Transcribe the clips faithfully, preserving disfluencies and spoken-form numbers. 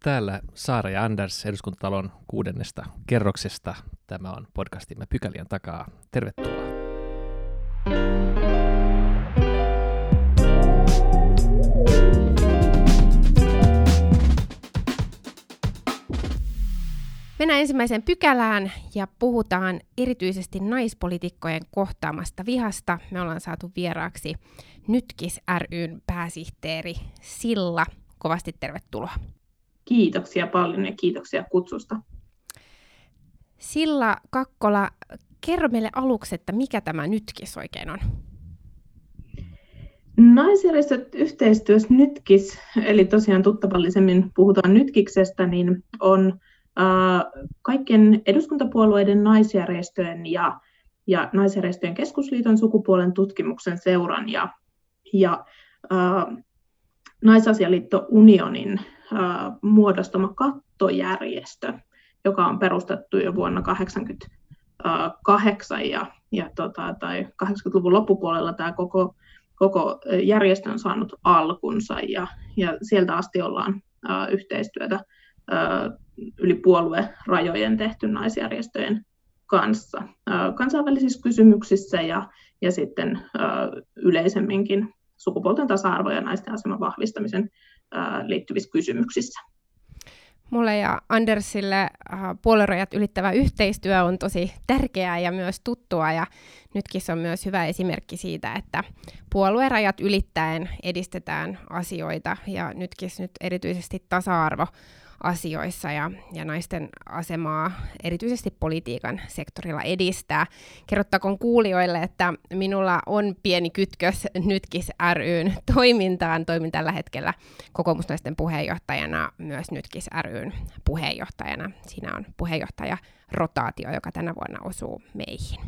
Täällä Saara ja Anders Eduskuntatalon kuudennesta kerroksesta. Tämä on podcastimme Pykälien takaa. Tervetuloa. Mennään ensimmäiseen pykälään ja puhutaan erityisesti naispoliitikkojen kohtaamasta vihasta. Me ollaan saatu vieraaksi Nytkis ry:n pääsihteeri Silla. Kovasti tervetuloa. Kiitoksia paljon ja kiitoksia kutsusta. Silla Kakkola, kerro meille aluksi, että mikä tämä Nytkis oikein on? Naisjärjestöt yhteistyössä Nytkis, eli tosiaan tuttavallisemmin puhutaan Nytkiksestä, niin on äh, kaikkien eduskuntapuolueiden naisjärjestöjen ja, ja naisjärjestöjen keskusliiton sukupuolen tutkimuksen seuran ja, ja äh, Naisasialiitto Unionin äh, muodostama kattojärjestö, joka on perustettu jo vuonna tuhatyhdeksänsataakahdeksankymmentäkahdeksan ja, ja tota, tai kahdeksankymmentäluvun loppupuolella tämä koko, koko järjestö on saanut alkunsa ja, ja sieltä asti ollaan äh, yhteistyötä äh, yli puoluerajojen tehty naisjärjestöjen kanssa äh, kansainvälisissä kysymyksissä ja, ja sitten äh, yleisemminkin sukupuolten tasa-arvo ja naisten aseman vahvistamisen ää, liittyvissä kysymyksissä. Mulle ja Andersille äh, puoluerajat ylittävä yhteistyö on tosi tärkeää ja myös tuttua, ja nytkin se on myös hyvä esimerkki siitä, että puoluerajat ylittäen edistetään asioita, ja nytkin nyt erityisesti tasa-arvo asioissa ja, ja naisten asemaa erityisesti politiikan sektorilla edistää. Kerrottakoon kuulijoille, että minulla on pieni kytkös Nytkis ry:n toimintaan. Toimin tällä hetkellä kokoomusnaisten puheenjohtajana, myös Nytkis ry:n puheenjohtajana. Siinä on puheenjohtajarotaatio, joka tänä vuonna osuu meihin.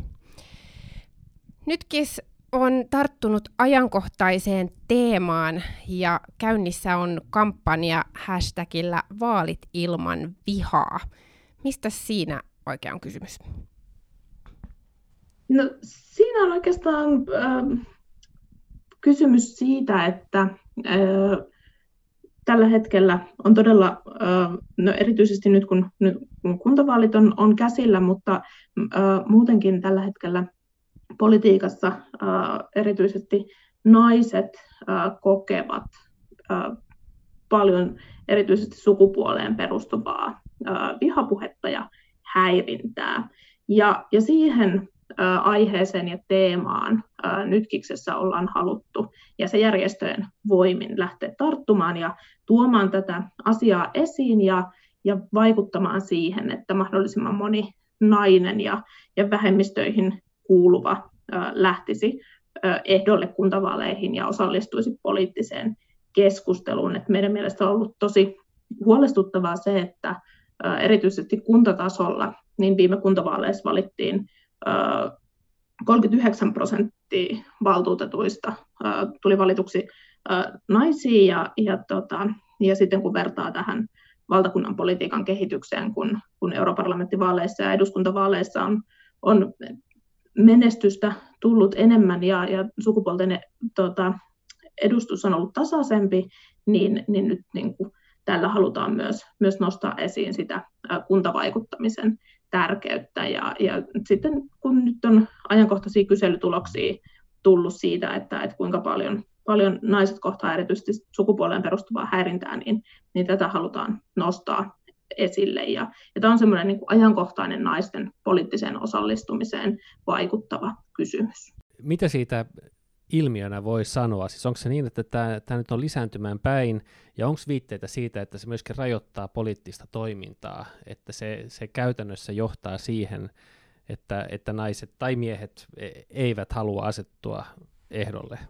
Nytkis on tarttunut ajankohtaiseen teemaan ja käynnissä on kampanja hashtagillä vaalit ilman vihaa. Mistä siinä oikein on kysymys? No, siinä on oikeastaan äh, kysymys siitä, että äh, tällä hetkellä on todella, äh, no erityisesti nyt kun, nyt kun kuntavaalit on, on käsillä, mutta äh, muutenkin tällä hetkellä politiikassa äh, erityisesti naiset äh, kokevat äh, paljon erityisesti sukupuoleen perustuvaa äh, vihapuhetta ja häirintää. Ja, ja siihen äh, aiheeseen ja teemaan äh, Nytkiksessä ollaan haluttu ja se järjestöjen voimin lähteä tarttumaan ja tuomaan tätä asiaa esiin ja, ja vaikuttamaan siihen, että mahdollisimman moni nainen ja, ja vähemmistöihin kuuluva ää, lähtisi ää, ehdolle kuntavaaleihin ja osallistuisi poliittiseen keskusteluun. Et meidän mielestä on ollut tosi huolestuttavaa se, että ää, erityisesti kuntatasolla niin viime kuntavaaleissa valittiin ää, kolmekymmentäyhdeksän prosenttia valtuutetuista ää, tuli valituksi ää, naisia ja, ja, tota, ja sitten kun vertaa tähän valtakunnan politiikan kehitykseen, kun, kun europarlamenttivaaleissa ja eduskuntavaaleissa on, on menestystä tullut enemmän ja, ja sukupuolten tota, edustus on ollut tasaisempi, niin, niin nyt niin kuin, tällä halutaan myös, myös nostaa esiin sitä ä, kuntavaikuttamisen tärkeyttä. Ja, ja sitten kun nyt on ajankohtaisia kyselytuloksia tullut siitä, että, että kuinka paljon, paljon naiset kohtaa erityisesti sukupuoleen perustuvaa häirintää, niin, niin tätä halutaan nostaa esille. Ja, ja tämä on semmoinen niin kuin ajankohtainen naisten poliittiseen osallistumiseen vaikuttava kysymys. Mitä siitä ilmiönä voi sanoa? Siis onko se niin, että tämä, tämä nyt on lisääntymään päin, ja onko viitteitä siitä, että se myöskin rajoittaa poliittista toimintaa, että se, se käytännössä johtaa siihen, että, että naiset tai miehet eivät halua asettua ehdolle?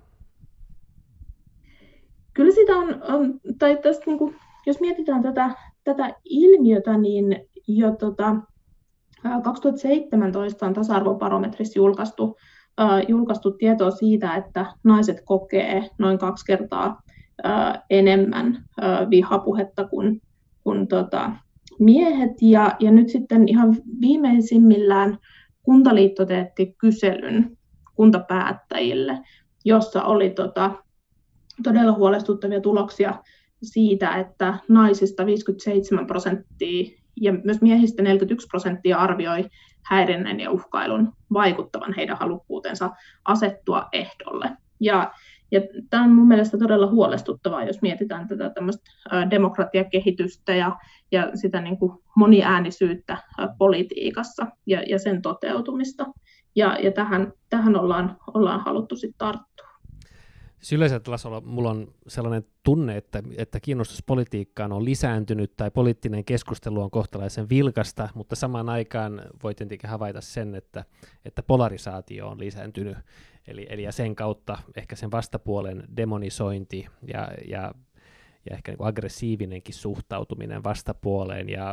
Kyllä sitä on, on tai tästä, niin kuin, jos mietitään tätä, tätä ilmiötä, niin jo tota, kaksituhattaseitsemäntoista on tasa-arvobarometrissa julkaistu, äh, julkaistu tietoa siitä, että naiset kokee noin kaksi kertaa äh, enemmän äh, vihapuhetta kuin, kuin tota, miehet. Ja, ja nyt sitten ihan viimeisimmillään Kuntaliitto teetti kyselyn kuntapäättäjille, jossa oli tota, todella huolestuttavia tuloksia siitä, että naisista viisikymmentäseitsemän prosenttia ja myös miehistä neljäkymmentäyksi prosenttia arvioi häirinnän ja uhkailun vaikuttavan heidän halukkuutensa asettua ehdolle. Ja, ja tämä on mun mielestä todella huolestuttavaa, jos mietitään tätä tämmöistä demokratiakehitystä ja, ja sitä niin kuin moniäänisyyttä politiikassa ja, ja sen toteutumista. Ja, ja tähän, tähän ollaan, ollaan haluttu sitten tarttua. Siis yleisellä tasolla mulla on sellainen tunne, että, että kiinnostus politiikkaan on lisääntynyt tai poliittinen keskustelu on kohtalaisen vilkasta, mutta samaan aikaan voi tietenkin havaita sen, että, että polarisaatio on lisääntynyt. Eli, eli ja sen kautta ehkä sen vastapuolen demonisointi ja, ja, ja ehkä niin kuin aggressiivinenkin suhtautuminen vastapuoleen. Ja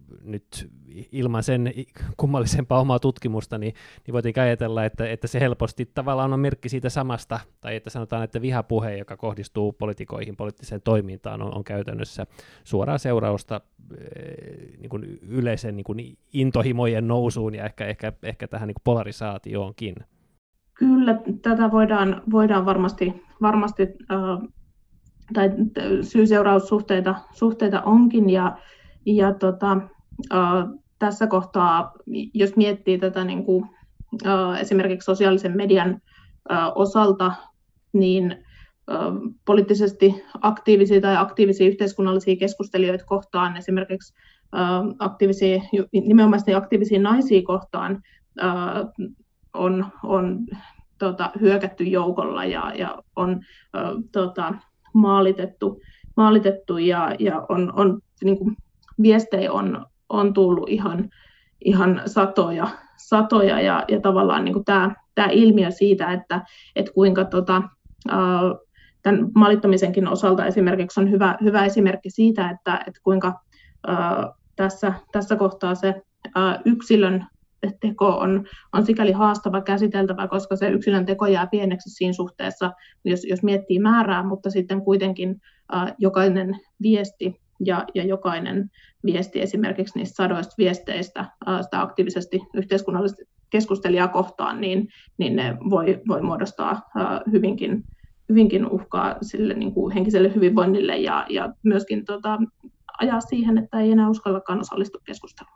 nyt ilman sen kummallisempaa omaa tutkimusta, niin, niin voitiin ajatella, että, että se helposti tavallaan on merkki siitä samasta, tai että sanotaan, että vihapuhe, joka kohdistuu poliitikoihin, poliittiseen toimintaan, on, on käytännössä suoraa seurausta eh, niin kuin yleisen niin kuin intohimojen nousuun ja ehkä, ehkä, ehkä tähän niin kuin polarisaatioonkin. Kyllä, tätä voidaan, voidaan varmasti, varmasti äh, tai syy-seuraussuhteita suhteita onkin, ja, ja tota, Uh, tässä kohtaa, jos miettii tätä niin kuin, uh, esimerkiksi sosiaalisen median uh, osalta, niin uh, poliittisesti aktiivisia tai aktiivisia yhteiskunnallisia keskustelijoita kohtaan, esimerkiksi uh, aktiivisia, nimenomaan aktiivisia naisia kohtaan uh, on, on tota, hyökätty joukolla ja, ja on uh, tota, maalitettu, maalitettu ja, ja on, on, niin kuin, viestejä on on tullut ihan, ihan satoja, satoja ja, ja tavallaan niin kuin tämä, tämä ilmiö siitä, että, että kuinka tota, ää, tämän maalittamisenkin osalta esimerkiksi on hyvä, hyvä esimerkki siitä, että, että kuinka ää, tässä, tässä kohtaa se ää, yksilön teko on, on sikäli haastava käsiteltävä, koska se yksilön teko jää pieneksi siinä suhteessa, jos, jos miettii määrää, mutta sitten kuitenkin ää, jokainen viesti Ja, ja jokainen viesti esimerkiksi niistä sadoista viesteistä ää, sitä aktiivisesti yhteiskunnallista keskustelijaa kohtaan, niin, niin ne voi, voi muodostaa ää, hyvinkin, hyvinkin uhkaa sille niin kuin henkiselle hyvinvoinnille ja, ja myöskin tota, ajaa siihen, että ei enää uskallakaan osallistua keskusteluun.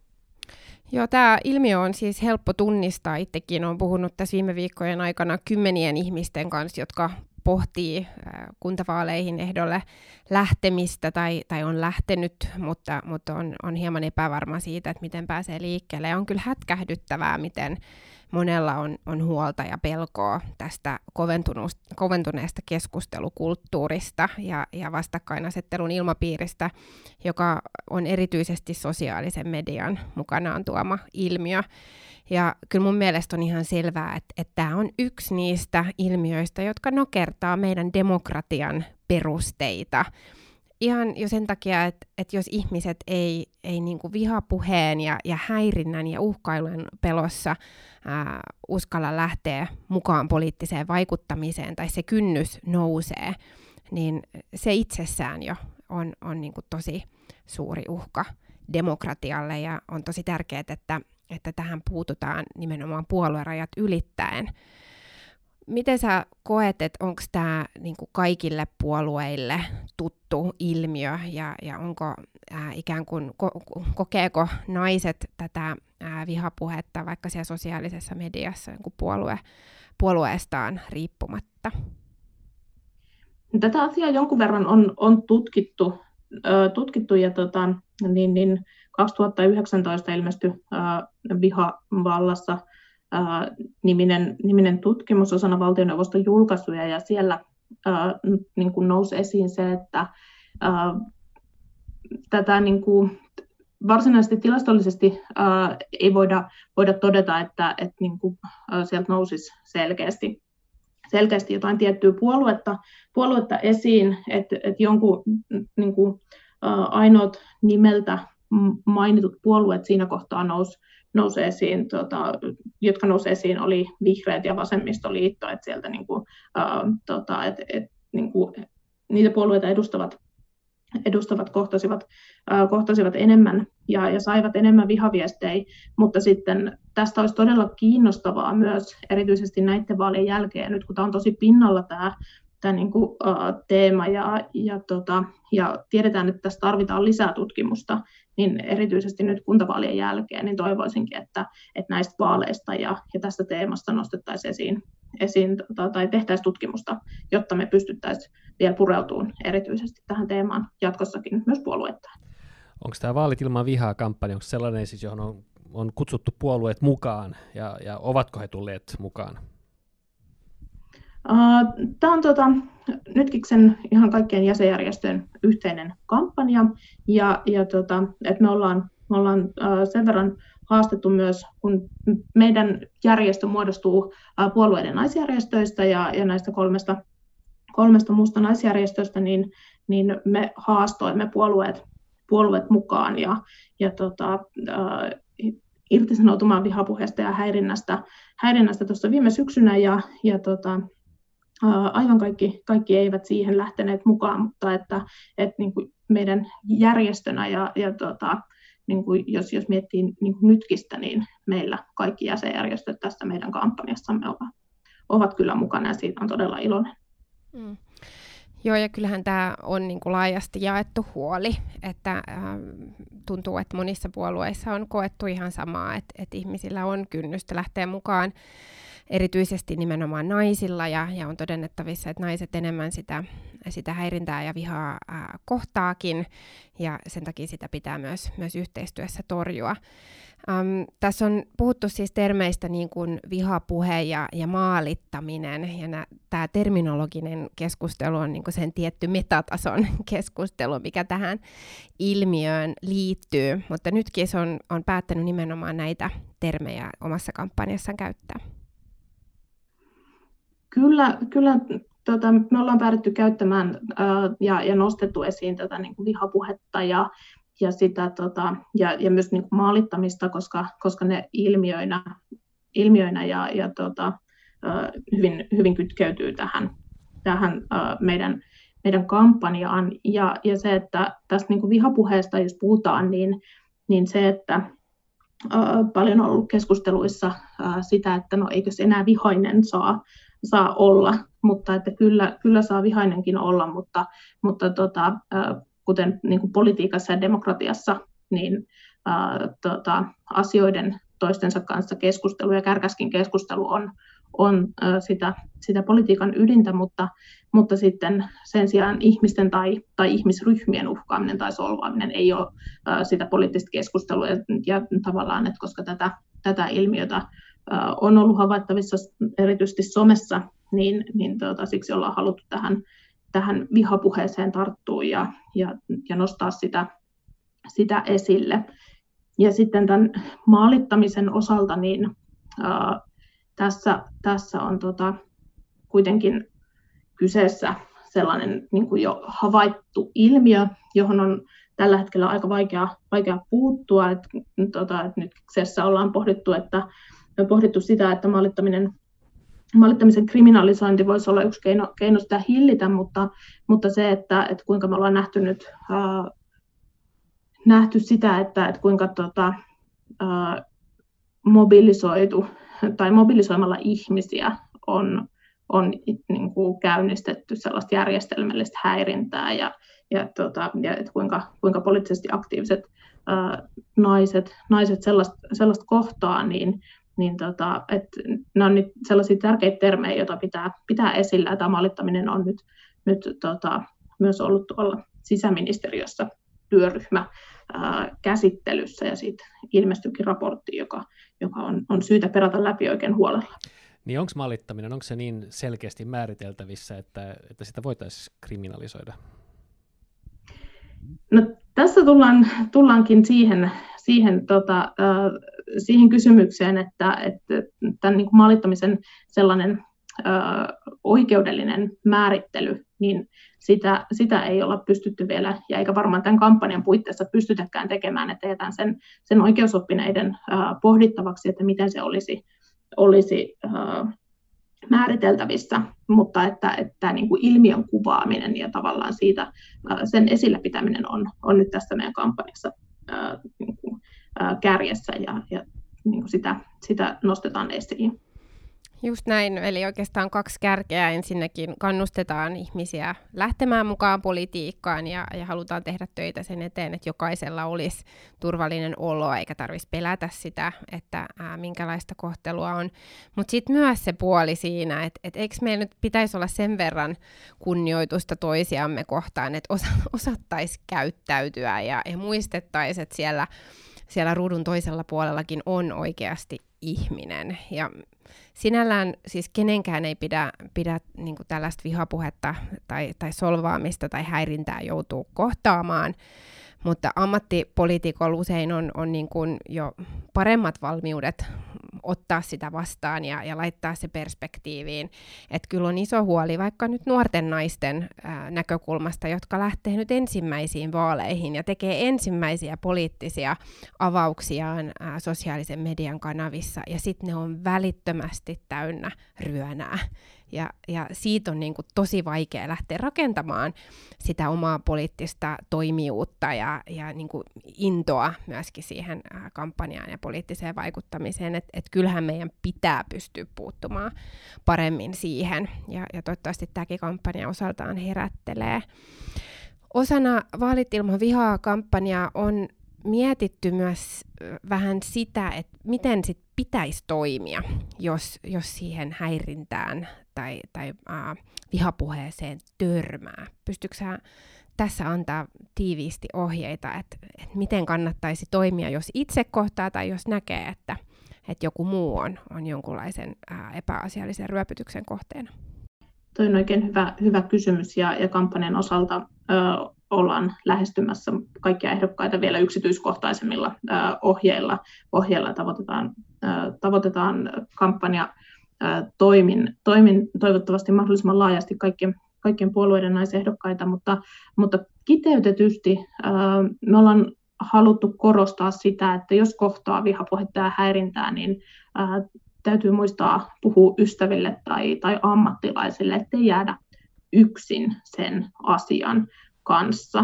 Joo, tämä ilmiö on siis helppo tunnistaa. Itsekin olen puhunut tässä viime viikkojen aikana kymmenien ihmisten kanssa, jotka pohtii kuntavaaleihin ehdolle lähtemistä tai, tai on lähtenyt, mutta, mutta on, on hieman epävarma siitä, että miten pääsee liikkeelle. Ja on kyllä hätkähdyttävää, miten monella on, on huolta ja pelkoa tästä koventuneesta keskustelukulttuurista ja, ja vastakkainasettelun ilmapiiristä, joka on erityisesti sosiaalisen median mukanaan tuoma ilmiö. Ja kyllä mun mielestä on ihan selvää, että, että tämä on yksi niistä ilmiöistä, jotka nakertaa meidän demokratian perusteita. Ihan jo sen takia, että, että jos ihmiset ei, ei niin kuin vihapuheen ja, ja häirinnän ja uhkailun pelossa ää, uskalla lähteä mukaan poliittiseen vaikuttamiseen tai se kynnys nousee, niin se itsessään jo on, on niin kuin tosi suuri uhka demokratialle ja on tosi tärkeää, että että tähän puututaan nimenomaan puoluerajat ylittäen. Miten sä koet, että onko tämä niinku kaikille puolueille tuttu ilmiö ja, ja onko ää, ikään kuin, ko- kokeeko naiset tätä ää, vihapuhetta vaikka siellä sosiaalisessa mediassa niin puolue, puolueestaan riippumatta? Tätä asiaa jonkun verran on, on tutkittu, ö, tutkittu ja tota, niin, niin kaksituhattayhdeksäntoista ilmestyi äh, Vihavallassa äh, niminen, niminen tutkimus osana valtioneuvoston julkaisuja, ja siellä äh, niin kuin nousi esiin se, että äh, tätä niin kuin, varsinaisesti tilastollisesti äh, ei voida, voida todeta, että, että niin kuin, äh, sieltä nousisi selkeästi, selkeästi jotain tiettyä puoluetta, puoluetta esiin, että, että jonkun niin kuin, äh, ainoat nimeltä mainitut puolueet siinä kohtaa nous, nousi esiin, tota, jotka nousi esiin, oli Vihreät ja Vasemmistoliitto, että sieltä niinku, ää, tota, et, et, niinku, niitä puolueita edustavat, edustavat kohtasivat, ää, kohtasivat enemmän ja, ja saivat enemmän vihaviestejä, mutta sitten tästä olisi todella kiinnostavaa myös erityisesti näiden vaalien jälkeen, nyt kun tämä on tosi pinnalla tämä tämä niin kuin, uh, teema ja, ja, tota, ja tiedetään, että tässä tarvitaan lisää tutkimusta, niin erityisesti nyt kuntavaalien jälkeen niin toivoisinkin, että, että näistä vaaleista ja, ja tästä teemasta nostettaisiin esiin, esiin tota, tai tehtäisiin tutkimusta, jotta me pystyttäisiin vielä pureutumaan erityisesti tähän teemaan jatkossakin myös puolueittain. Onko tämä Vaalit ilman vihaa -kampanja, onko sellainen siis, johon on, on kutsuttu puolueet mukaan, ja, ja ovatko he tulleet mukaan? Uh, tämä on tota, Nytkiksen ihan kaikkien jäsenjärjestöjen yhteinen kampanja, ja, ja tota, et me ollaan, me ollaan uh, sen verran haastettu myös, kun meidän järjestö muodostuu uh, puolueiden naisjärjestöistä ja, ja näistä kolmesta, kolmesta muusta naisjärjestöstä, niin, niin me haastoimme puolueet, puolueet mukaan ja, ja tota, uh, irtisanoutumaan vihapuheesta ja häirinnästä, häirinnästä tuossa viime syksynä, ja, ja tota, aivan kaikki, kaikki eivät siihen lähteneet mukaan, mutta että, että niin kuin meidän järjestönä ja, ja tota, niin kuin jos, jos miettii niin kuin Nytkistä, niin meillä kaikki jäsenjärjestöt tästä meidän kampanjassamme ovat, ovat kyllä mukana, ja siitä on todella iloinen. Mm. Joo, ja kyllähän tämä on niin kuin laajasti jaettu huoli, että äh, tuntuu, että monissa puolueissa on koettu ihan samaa, että, että ihmisillä on kynnystä lähteä mukaan, erityisesti nimenomaan naisilla, ja, ja on todennettavissa, että naiset enemmän sitä, sitä häirintää ja vihaa äh, kohtaakin, ja sen takia sitä pitää myös, myös yhteistyössä torjua. Um, tässä on puhuttu siis termeistä niin kuin vihapuhe ja, ja maalittaminen, ja tämä terminologinen keskustelu on niin kuin sen tietty metatason keskustelu, mikä tähän ilmiöön liittyy, mutta nytkin se on, on päättänyt nimenomaan näitä termejä omassa kampanjassaan käyttää. Kyllä, kyllä tota, me ollaan päädytty käyttämään ää, ja, ja nostettu esiin tätä niin kuin vihapuhetta ja, ja, sitä, tota, ja, ja myös niin kuin maalittamista, koska, koska ne ilmiöinä, ilmiöinä ja, ja tota, ää, hyvin, hyvin kytkeytyy tähän, tähän ää, meidän, meidän kampanjaan. Ja, ja se, että tästä niin kuin vihapuheesta, jos puhutaan, niin, niin se, että ää, paljon on ollut keskusteluissa ää, sitä, että no eikös enää vihainen saa, saa olla, mutta että kyllä, kyllä saa vihainenkin olla, mutta, mutta tota, kuten niin kuin politiikassa ja demokratiassa, niin ää, tota, asioiden toistensa kanssa keskustelu ja kärkäskin keskustelu on, on ää, sitä, sitä politiikan ydintä, mutta, mutta sitten sen sijaan ihmisten tai, tai ihmisryhmien uhkaaminen tai solvaaminen ei ole ää, sitä poliittista keskustelua, ja, ja tavallaan, että koska tätä, tätä ilmiötä on ollut havaittavissa erityisesti somessa, niin, niin tuota, siksi ollaan haluttu tähän, tähän vihapuheeseen tarttua ja, ja, ja nostaa sitä, sitä esille. Ja sitten tämän maalittamisen osalta, niin ää, tässä, tässä on tota, kuitenkin kyseessä sellainen niin kuin jo havaittu ilmiö, johon on tällä hetkellä aika vaikea, vaikea puuttua. Et, tota, et nyt kyseessä ollaan pohdittu, että on pohdittu sitä, että maalittaminen, maalittamisen kriminalisointi voisi olla yksi keino, keino sitä hillitä, mutta, mutta se, että, että kuinka me ollaan nähty, nyt, äh, nähty sitä, että, että kuinka tota, äh, mobilisoitu tai mobilisoimalla ihmisiä on, on niin kuin käynnistetty sellaista järjestelmällistä häirintää ja, ja, tota, ja että kuinka, kuinka poliittisesti aktiiviset äh, naiset, naiset sellaista, sellaista kohtaa, niin niin tota, että nämä on nyt sellaisia tärkeitä termejä, joita pitää, pitää esillä. Tämä maalittaminen on nyt, nyt tota, myös ollut tuolla sisäministeriössä työryhmä ää, käsittelyssä, ja siitä ilmestyikin raportti, joka, joka on, on syytä perata läpi oikein huolella. Niin onko maalittaminen, onko se niin selkeästi määriteltävissä, että, että sitä voitaisiin kriminalisoida? No, tässä tullaan, tullaankin siihen, siihen, tota, äh, siihen kysymykseen, että, että tämän niin kuin maalittamisen sellainen äh, oikeudellinen määrittely, niin sitä, sitä ei olla pystytty vielä, ja eikä varmaan tämän kampanjan puitteissa pystytäkään tekemään, että jätän sen, sen oikeusoppineiden äh, pohdittavaksi, että miten se olisi, olisi äh, määriteltävissä, mutta että, että niin kuin ilmiön kuvaaminen ja tavallaan siitä sen esillä pitäminen on, on nyt tässä meidän kampanjassa ää, niin kuin, ää, kärjessä ja, ja niin kuin sitä, sitä nostetaan esiin. Just näin, eli oikeastaan kaksi kärkeä. Ensinnäkin kannustetaan ihmisiä lähtemään mukaan politiikkaan ja, ja halutaan tehdä töitä sen eteen, että jokaisella olisi turvallinen olo eikä tarvitsisi pelätä sitä, että ää, minkälaista kohtelua on. Mutta sitten myös se puoli siinä, että et eikö meillä nyt pitäisi olla sen verran kunnioitusta toisiamme kohtaan, että osa, osattaisi käyttäytyä ja, ja muistettaisiin, että siellä, siellä ruudun toisella puolellakin on oikeasti ihminen. Ja sinällään siis kenenkään ei pidä, pidä niin kuin tällaista vihapuhetta tai, tai solvaamista tai häirintää joutuu kohtaamaan, mutta ammattipoliitikolla usein on, on niin kuin jo paremmat valmiudet ottaa sitä vastaan ja, ja laittaa se perspektiiviin. Että kyllä on iso huoli vaikka nyt nuorten naisten ää, näkökulmasta, jotka lähtee nyt ensimmäisiin vaaleihin ja tekee ensimmäisiä poliittisia avauksiaan ää, sosiaalisen median kanavissa, ja sitten ne on välittömästi täynnä ryönää. Ja, ja siitä on niin kuin tosi vaikea lähteä rakentamaan sitä omaa poliittista toimijuutta ja, ja niin kuin intoa myöskin siihen ää, kampanjaan ja poliittiseen vaikuttamiseen. Että et kyllähän meidän pitää pystyä puuttumaan paremmin siihen. Ja, ja toivottavasti tämäkin kampanja osaltaan herättelee. Osana Vaalit ilman vihaa -kampanjaa on mietitty myös vähän sitä, että miten sit pitäisi toimia, jos, jos siihen häirintään tai, tai äh, vihapuheeseen törmää. Pystytkö sä tässä antaa tiiviisti ohjeita, että, että miten kannattaisi toimia, jos itse kohtaa tai jos näkee, että, että joku muu on, on jonkunlaisen äh, epäasiallisen ryöpytyksen kohteena? Toi on oikein hyvä, hyvä kysymys, ja, ja kampanjan osalta ö, ollaan lähestymässä kaikkia ehdokkaita vielä yksityiskohtaisemmilla ö, ohjeilla. Ohjeilla tavoitetaan, ö, tavoitetaan kampanja ö, toimin, toimin toivottavasti mahdollisimman laajasti kaikkien, kaikkien puolueiden naisehdokkaita, mutta, mutta kiteytetysti ö, me ollaan haluttu korostaa sitä, että jos kohtaa vihapuhetta ja häirintää, niin ö, täytyy muistaa puhua ystäville tai, tai ammattilaisille, ettei jäädä yksin sen asian kanssa.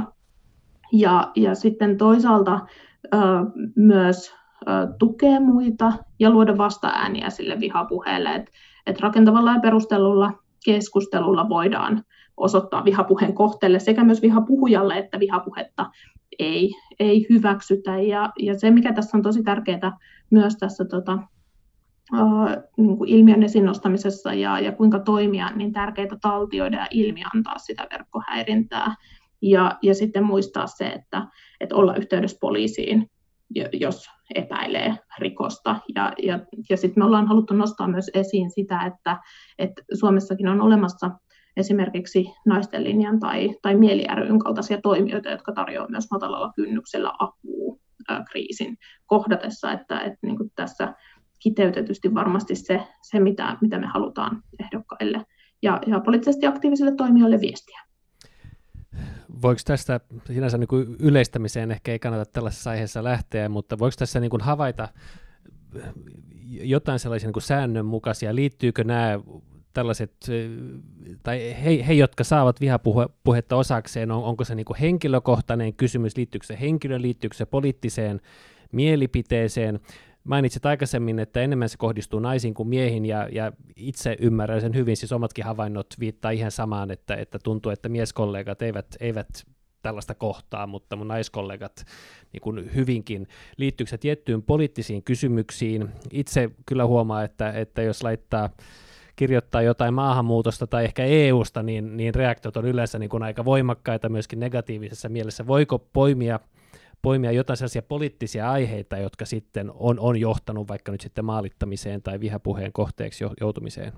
Ja, ja sitten toisaalta ö, myös ö, tukea muita ja luoda vastaääniä sille vihapuheelle. Et, et rakentavalla ja perustellulla keskustelulla voidaan osoittaa vihapuheen kohteelle sekä myös vihapuhujalle, että vihapuhetta ei, ei hyväksytä. Ja, ja se, mikä tässä on tosi tärkeää myös tässä tota, Uh, niin kuin ilmiön esiin nostamisessa ja, ja kuinka toimia, niin tärkeää taltioida ja ilmiantaa sitä verkkohäirintää. Ja, ja sitten muistaa se, että, että olla yhteydessä poliisiin, jos epäilee rikosta. Ja, ja, ja sitten me ollaan haluttu nostaa myös esiin sitä, että, että Suomessakin on olemassa esimerkiksi Naisten linjan tai, tai Mieli ry:n kaltaisia toimijoita, jotka tarjoavat myös matalalla kynnyksellä apua ää, kriisin kohdatessa, että, että niin kuin tässä kiteytetysti varmasti se, se mitä, mitä me halutaan ehdokkaille ja, ja poliittisesti aktiivisille toimijoille viestiä. Voiko tästä sinänsä niin kuin yleistämiseen ehkä ei kannata tällaisessa aiheessa lähteä, mutta voiko tässä niin kuin havaita jotain sellaisia niin kuin säännönmukaisia, liittyykö nämä tällaiset, tai he, he jotka saavat vihapuhetta osakseen, on, onko se niin kuin henkilökohtainen kysymys, liittyykö se henkilöön, liittyykö se poliittiseen mielipiteeseen? Mainitsit aikaisemmin, että enemmän se kohdistuu naisiin kuin miehiin, ja, ja itse ymmärrän sen hyvin, siis omatkin havainnot viittaa ihan samaan, että, että tuntuu, että mieskollegat eivät, eivät tällaista kohtaa, mutta mun naiskollegat niin kuin hyvinkin. Liittyykö se tiettyyn poliittisiin kysymyksiin? Itse kyllä huomaa, että, että jos laittaa kirjoittaa jotain maahanmuutosta tai ehkä E U:sta, niin, niin reaktiot on yleensä niin kuin aika voimakkaita myöskin negatiivisessa mielessä. Voiko poimia poimia jotain sellaisia poliittisia aiheita, jotka sitten on, on johtanut vaikka nyt sitten maalittamiseen tai vihapuheen kohteeksi joutumiseen?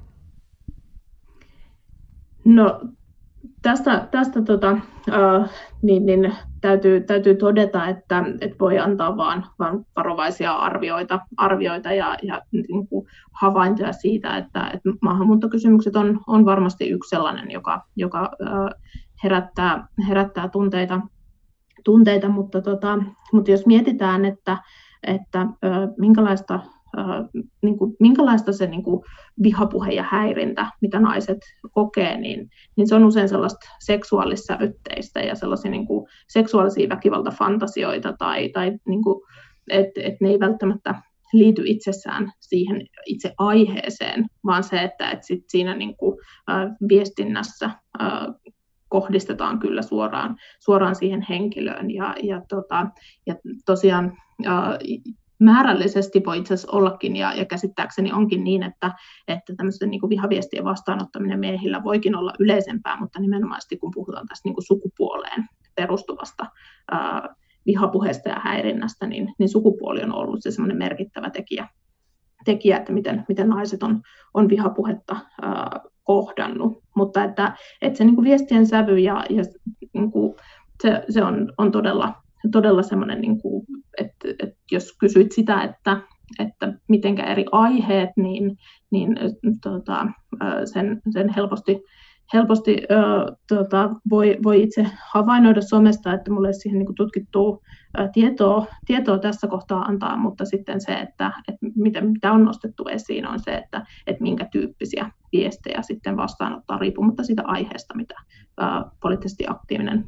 No tästä, tästä tota, äh, niin, niin, täytyy, täytyy todeta, että et voi antaa vaan, vaan varovaisia arvioita, arvioita ja, ja niin kuin havaintoja siitä, että, että maahanmuuttokysymykset on, on varmasti yksi sellainen, joka, joka äh, herättää, herättää tunteita. tunteita, mutta, tota, mutta jos mietitään, että, että ö, minkälaista, ö, niin kuin, minkälaista se niin kuin vihapuhe ja häirintä, mitä naiset kokee, niin, niin se on usein sellaista seksuaalissävytteistä ja sellaisia niin kuin seksuaalisia väkivaltafantasioita, tai, tai niin kuin, että et ne ei välttämättä liity itsessään siihen itse aiheeseen, vaan se, että, että sit siinä niin kuin, äh, viestinnässä äh, kohdistetaan kyllä suoraan, suoraan siihen henkilöön. Ja, ja, tota, ja tosiaan äh, määrällisesti voi itse asiassa ollakin, ja, ja käsittääkseni onkin niin, että, että tämmöisten niin kuin vihaviestien vastaanottaminen miehillä voikin olla yleisempää, mutta nimenomaan kun puhutaan tästä niin kuin sukupuoleen perustuvasta äh, vihapuheesta ja häirinnästä, niin, niin sukupuoli on ollut se semmoinen merkittävä tekijä, tekijä että miten, miten naiset on, on vihapuhetta ää, kohdannut. Mutta että, että se niin kuin viestien sävy ja, ja niin kuin se, se on, on todella, todella semmoinen, niin kuin, että, että jos kysyit sitä, että, että mitenkä eri aiheet, niin, niin tota, sen, sen helposti Helposti äh, tota, voi, voi itse havainnoida somesta, että minulle ei siihen niin kuin tutkittua äh, tietoa, tietoa tässä kohtaa antaa, mutta sitten se, että, että mitä, mitä on nostettu esiin, on se, että, että minkä tyyppisiä viestejä sitten vastaanottaa riippumatta siitä aiheesta, mitä äh, poliittisesti aktiivinen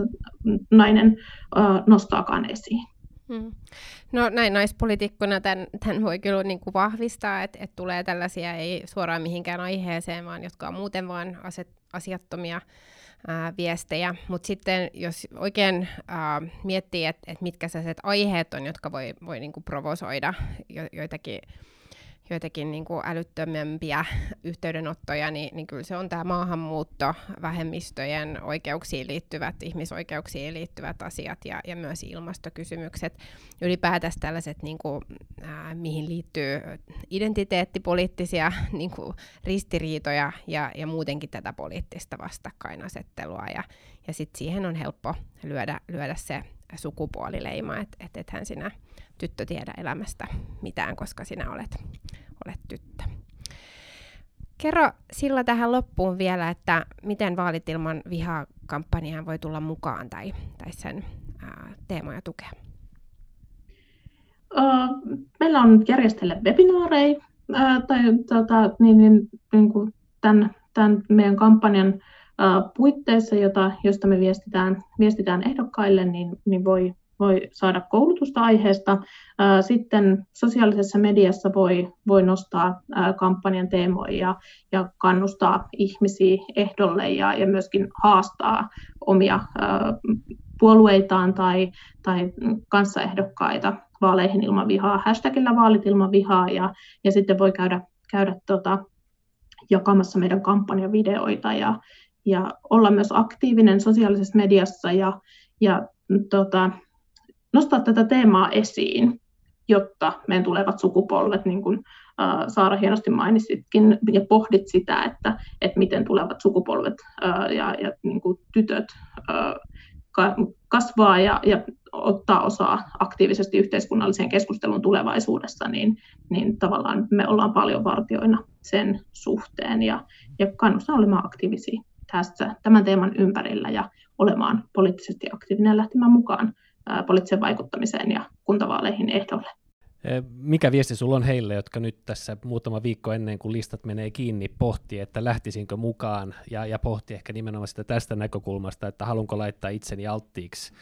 nainen äh, nostaakaan esiin. Hmm. No näin naispoliitikkona tämän, tämän voi kyllä niin kuin vahvistaa, että, että tulee tällaisia ei suoraan mihinkään aiheeseen, vaan jotka on muuten vain aset, asiattomia ää, viestejä. Mutta sitten jos oikein ää, miettii, että, että mitkä sellaiset aiheet on, jotka voi, voi niin kuin provosoida jo, joitakin, joitakin niin kuin älyttömämpiä yhteydenottoja, niin, niin kyllä se on tämä maahanmuutto, vähemmistöjen oikeuksiin liittyvät, ihmisoikeuksiin liittyvät asiat ja, ja myös ilmastokysymykset. Ylipäätänsä tällaiset, niin kuin, äh, mihin liittyy identiteettipoliittisia niin kuin ristiriitoja ja, ja muutenkin tätä poliittista vastakkainasettelua. Ja, ja sitten siihen on helppo lyödä, lyödä se sukupuolileima, että et, ethän sinä tyttö tiedä elämästä mitään, koska sinä olet, olet tyttö. Kerro Silla tähän loppuun vielä, että miten Vaalit ilman vihaa-kampanjaan voi tulla mukaan tai, tai sen ää, teemoja tukea? Uh, meillä on järjestellä webinaareja uh, tai, tota, niin, niin, niin kuin tämän, tämän meidän kampanjan uh, puitteissa, jota, josta me viestitään, viestitään ehdokkaille, niin, niin voi voi saada koulutusta aiheesta. Sitten sosiaalisessa mediassa voi, voi nostaa kampanjan teemoja ja, ja kannustaa ihmisiä ehdolle ja, ja myöskin haastaa omia puolueitaan tai, tai kanssaehdokkaita vaaleihin ilman vihaa, hashtagillä vaalit ilman vihaa, ja, ja sitten voi käydä, käydä tota, jakamassa meidän kampanjavideoita ja, ja olla myös aktiivinen sosiaalisessa mediassa ja, ja tota, nostaa tätä teemaa esiin, jotta meidän tulevat sukupolvet, niin kuin Saara hienosti mainitsitkin, ja pohdit sitä, että, että miten tulevat sukupolvet ja, ja niin kuin tytöt kasvaa ja, ja ottaa osaa aktiivisesti yhteiskunnalliseen keskusteluun tulevaisuudessa, niin, niin tavallaan me ollaan paljon vartioina sen suhteen, ja, ja kannustan olemaan aktiivisia tässä, tämän teeman ympärillä ja olemaan poliittisesti aktiivinen ja lähtemään mukaan poliittiseen vaikuttamiseen ja kuntavaaleihin ehdolle. Mikä viesti sulla on heille, jotka nyt tässä muutama viikko ennen kuin listat menee kiinni pohtii, että lähtisinkö mukaan ja, ja pohtii ehkä nimenomaan sitä tästä näkökulmasta, että haluanko laittaa itseni alttiiksi,